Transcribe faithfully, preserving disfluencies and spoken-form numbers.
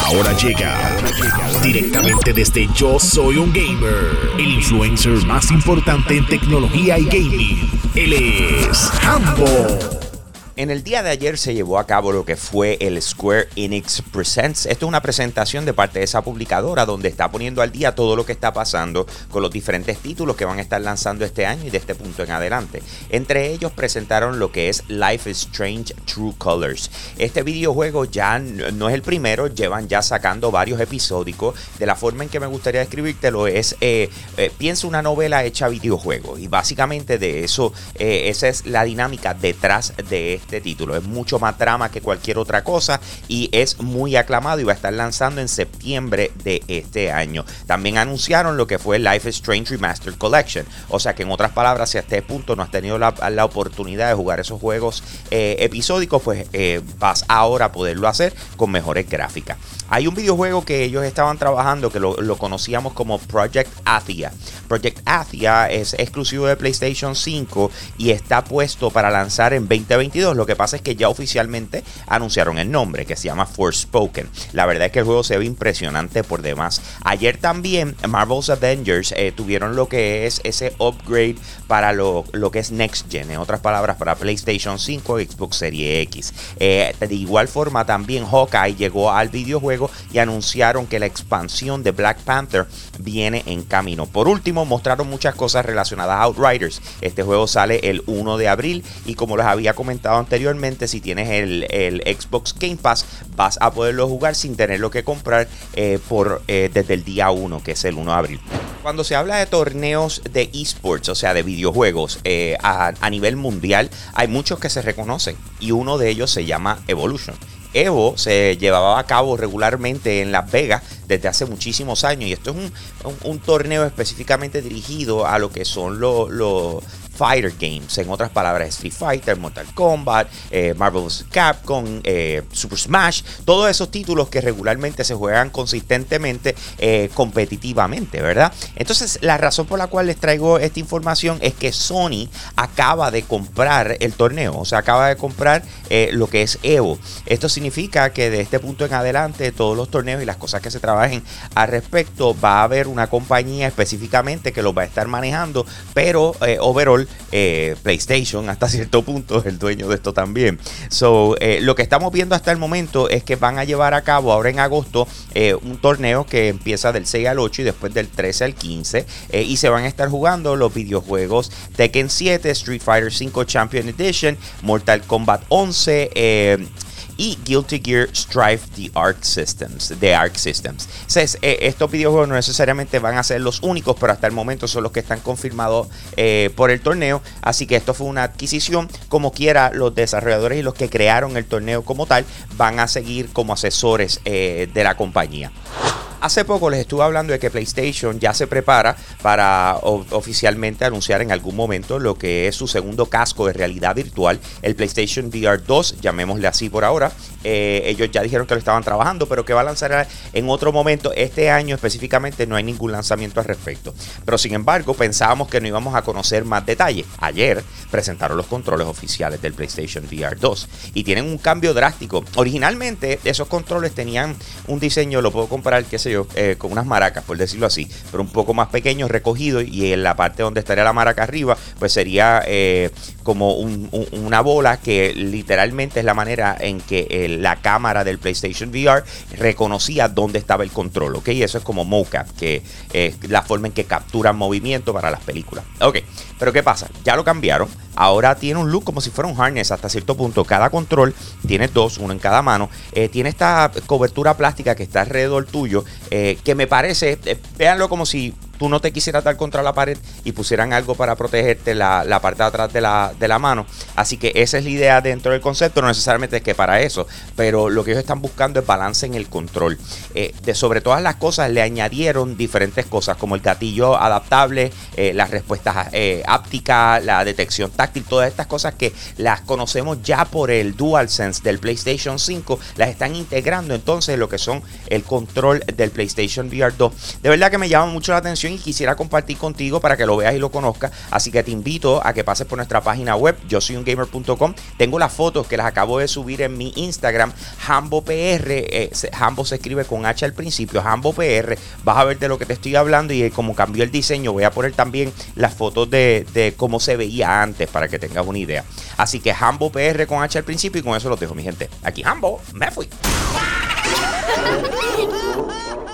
Ahora llega directamente desde Yo Soy un Gamer, el influencer más importante en tecnología y gaming. Él es Hambo. En el día de ayer se llevó a cabo lo que fue el Square Enix Presents. Esto es una presentación de parte de esa publicadora donde está poniendo al día todo lo que está pasando con los diferentes títulos que van a estar lanzando este año y de este punto en adelante. Entre ellos presentaron lo que es Life is Strange True Colors. Este videojuego ya no es el primero, llevan ya sacando varios episódicos. De la forma en que me gustaría describírtelo es, eh, eh, piensa una novela hecha videojuego. Y básicamente de eso, eh, esa es la dinámica detrás de este Este título. Es mucho más trama que cualquier otra cosa y es muy aclamado y va a estar lanzando en septiembre de este año. También anunciaron lo que fue Life is Strange Remastered Collection, o sea que en otras palabras, si hasta este punto no has tenido la, la oportunidad de jugar esos juegos eh, episódicos, pues eh, vas ahora a poderlo hacer con mejores gráficas. Hay un videojuego que ellos estaban trabajando que lo, lo conocíamos como Project Athia. Project Athia es exclusivo de PlayStation cinco y está puesto para lanzar en veinte veintidós. Lo que pasa es que ya oficialmente anunciaron el nombre, que se llama Forspoken. La verdad es que el juego se ve impresionante por demás. Ayer también Marvel's Avengers eh, tuvieron lo que es ese upgrade para lo, lo que es Next Gen. En otras palabras, para PlayStation cinco y Xbox Series X. Eh, de igual forma también Hawkeye llegó al videojuego y anunciaron que la expansión de Black Panther viene en camino. Por último, mostraron muchas cosas relacionadas a Outriders. Este juego sale el uno de abril y como les había comentado anteriormente, si tienes el, el Xbox Game Pass, vas a poderlo jugar sin tenerlo que comprar eh, por, eh, desde el día uno, que es el uno de abril. Cuando se habla de torneos de esports, o sea, de videojuegos eh, a, a nivel mundial, hay muchos que se reconocen y uno de ellos se llama Evolution. Evo se llevaba a cabo regularmente en Las Vegas desde hace muchísimos años y esto es un, un, un torneo específicamente dirigido a lo que son los... Lo, Fighter Games, en otras palabras Street Fighter, Mortal Kombat, eh, Marvel's Capcom, eh, Super Smash, todos esos títulos que regularmente se juegan consistentemente eh, competitivamente, ¿verdad? Entonces la razón por la cual les traigo esta información es que Sony acaba de comprar el torneo, o sea, acaba de comprar eh, lo que es Evo. Esto significa que de este punto en adelante todos los torneos y las cosas que se trabajen al respecto va a haber una compañía específicamente que los va a estar manejando, pero eh, overall Eh, PlayStation hasta cierto punto es el dueño de esto también. So, eh, lo que estamos viendo hasta el momento es que van a llevar a cabo ahora en agosto eh, un torneo que empieza del seis al ocho y después del trece al quince eh, y se van a estar jugando los videojuegos Tekken siete, Street Fighter cinco Champion Edition, Mortal Kombat once eh, y Guilty Gear Strive The Arc Systems, The Arc Systems. Entonces, eh, estos videojuegos no necesariamente van a ser los únicos, pero hasta el momento son los que están confirmados eh, por el torneo. Así que esto fue una adquisición. Como quiera, los desarrolladores y los que crearon el torneo como tal van a seguir como asesores eh, de la compañía. Hace poco les estuve hablando de que PlayStation ya se prepara para o, oficialmente anunciar en algún momento lo que es su segundo casco de realidad virtual, el PlayStation V R dos, llamémosle así por ahora. Eh, ellos ya dijeron que lo estaban trabajando, pero que va a lanzar en otro momento. Este año específicamente no hay ningún lanzamiento al respecto. Pero sin embargo, pensábamos que no íbamos a conocer más detalles. Ayer presentaron los controles oficiales del PlayStation V R dos y tienen un cambio drástico. Originalmente, esos controles tenían un diseño, lo puedo comparar, qué sé yo, eh, con unas maracas, por decirlo así, pero un poco más pequeño, recogido, y en la parte donde estaría la maraca arriba, pues sería eh, como un, un, una bola que literalmente es la manera en que el, la cámara del PlayStation V R reconocía dónde estaba el control, ¿ok? Eso es como mocap, que es la forma en que capturan movimiento para las películas. Ok, pero ¿qué pasa? Ya lo cambiaron. Ahora tiene un look como si fuera un harness hasta cierto punto. Cada control tiene dos, uno en cada mano. Eh, tiene esta cobertura plástica que está alrededor tuyo, eh, que me parece, eh, véanlo como si tú no te quisieras dar contra la pared y pusieran algo para protegerte la, la parte de atrás de la, de la mano. Así que esa es la idea dentro del concepto. No necesariamente es que para eso, pero lo que ellos están buscando es balance en el control. Eh, de sobre todas las cosas le añadieron diferentes cosas como el gatillo adaptable, eh, las respuestas eh, ápticas, la detección táctil, todas estas cosas que las conocemos ya por el DualSense del PlayStation cinco, las están integrando entonces en lo que son el control del PlayStation V R dos. De verdad que me llama mucho la atención información y quisiera compartir contigo para que lo veas y lo conozcas. Así que te invito a que pases por nuestra página web, yo soy un gamer punto com. Tengo las fotos que las acabo de subir en mi Instagram, HamboPR. Eh, Hambo se escribe con H al principio, HamboPR. Vas a ver de lo que te estoy hablando y como cambió el diseño, voy a poner también las fotos de, de cómo se veía antes para que tengas una idea. Así que HamboPR con H al principio y con eso los dejo, mi gente. Aquí Hambo, me fui.